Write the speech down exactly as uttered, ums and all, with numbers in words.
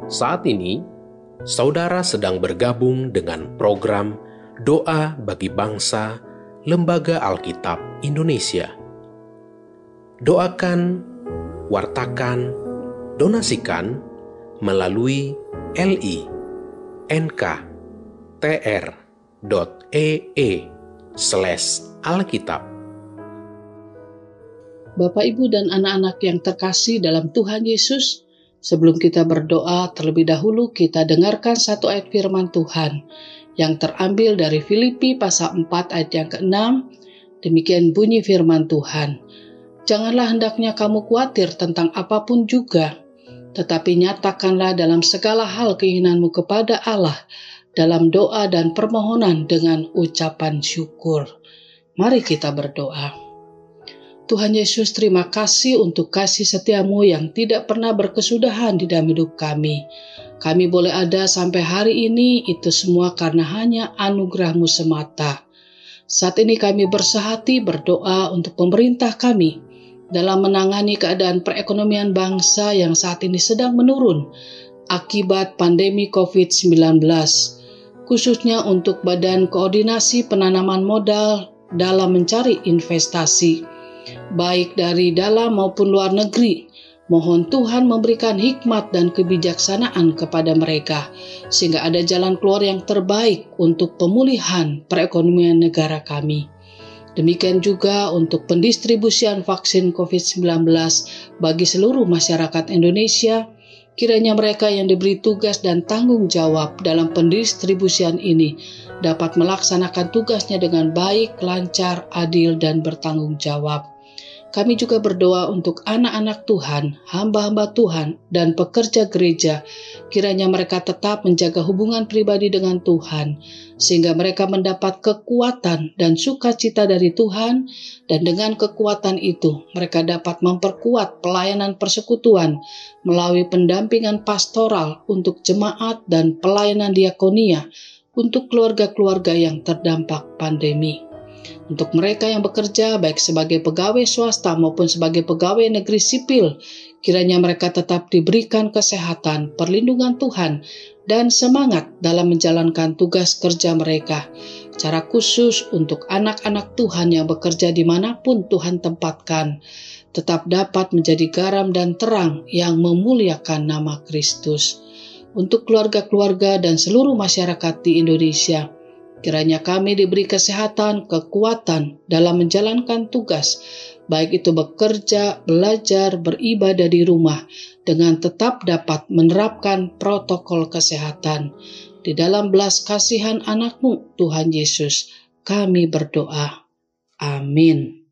Saat ini, saudara sedang bergabung dengan program Doa bagi Bangsa Lembaga Alkitab Indonesia. Doakan, wartakan, donasikan melalui li.nkr.ee slash Alkitab. Bapak, Ibu, dan anak-anak yang terkasih dalam Tuhan Yesus, sebelum kita berdoa, terlebih dahulu kita dengarkan satu ayat firman Tuhan yang terambil dari Filipi pasal empat ayat yang keenam. Demikian bunyi firman Tuhan. Janganlah hendaknya kamu khawatir tentang apapun juga, tetapi nyatakanlah dalam segala hal keinginanmu kepada Allah dalam doa dan permohonan dengan ucapan syukur. Mari kita berdoa. Tuhan Yesus, terima kasih untuk kasih setiamu yang tidak pernah berkesudahan di dalam hidup kami. Kami boleh ada sampai hari ini, itu semua karena hanya anugerah-Mu semata. Saat ini kami bersehati berdoa untuk pemerintah kami dalam menangani keadaan perekonomian bangsa yang saat ini sedang menurun akibat pandemi covid sembilan belas, khususnya untuk Badan Koordinasi Penanaman Modal dalam mencari investasi, baik dari dalam maupun luar negeri. Mohon Tuhan memberikan hikmat dan kebijaksanaan kepada mereka, sehingga ada jalan keluar yang terbaik untuk pemulihan perekonomian negara kami. Demikian juga untuk pendistribusian vaksin covid sembilan belas bagi seluruh masyarakat Indonesia. Kiranya mereka yang diberi tugas dan tanggung jawab dalam pendistribusian ini dapat melaksanakan tugasnya dengan baik, lancar, adil, dan bertanggung jawab. Kami juga berdoa untuk anak-anak Tuhan, hamba-hamba Tuhan, dan pekerja gereja. Kiranya mereka tetap menjaga hubungan pribadi dengan Tuhan, sehingga mereka mendapat kekuatan dan sukacita dari Tuhan, dan dengan kekuatan itu mereka dapat memperkuat pelayanan persekutuan melalui pendampingan pastoral untuk jemaat dan pelayanan diakonia untuk keluarga-keluarga yang terdampak pandemi. Untuk mereka yang bekerja baik sebagai pegawai swasta maupun sebagai pegawai negeri sipil, kiranya mereka tetap diberikan kesehatan, perlindungan Tuhan, dan semangat dalam menjalankan tugas kerja mereka. Secara khusus untuk anak-anak Tuhan yang bekerja dimanapun Tuhan tempatkan, tetap dapat menjadi garam dan terang yang memuliakan nama Kristus. Untuk keluarga-keluarga dan seluruh masyarakat di Indonesia, kiranya kami diberi kesehatan, kekuatan dalam menjalankan tugas, baik itu bekerja, belajar, beribadah di rumah, dengan tetap dapat menerapkan protokol kesehatan. Di dalam belas kasihan anak-Mu, Tuhan Yesus, kami berdoa. Amin.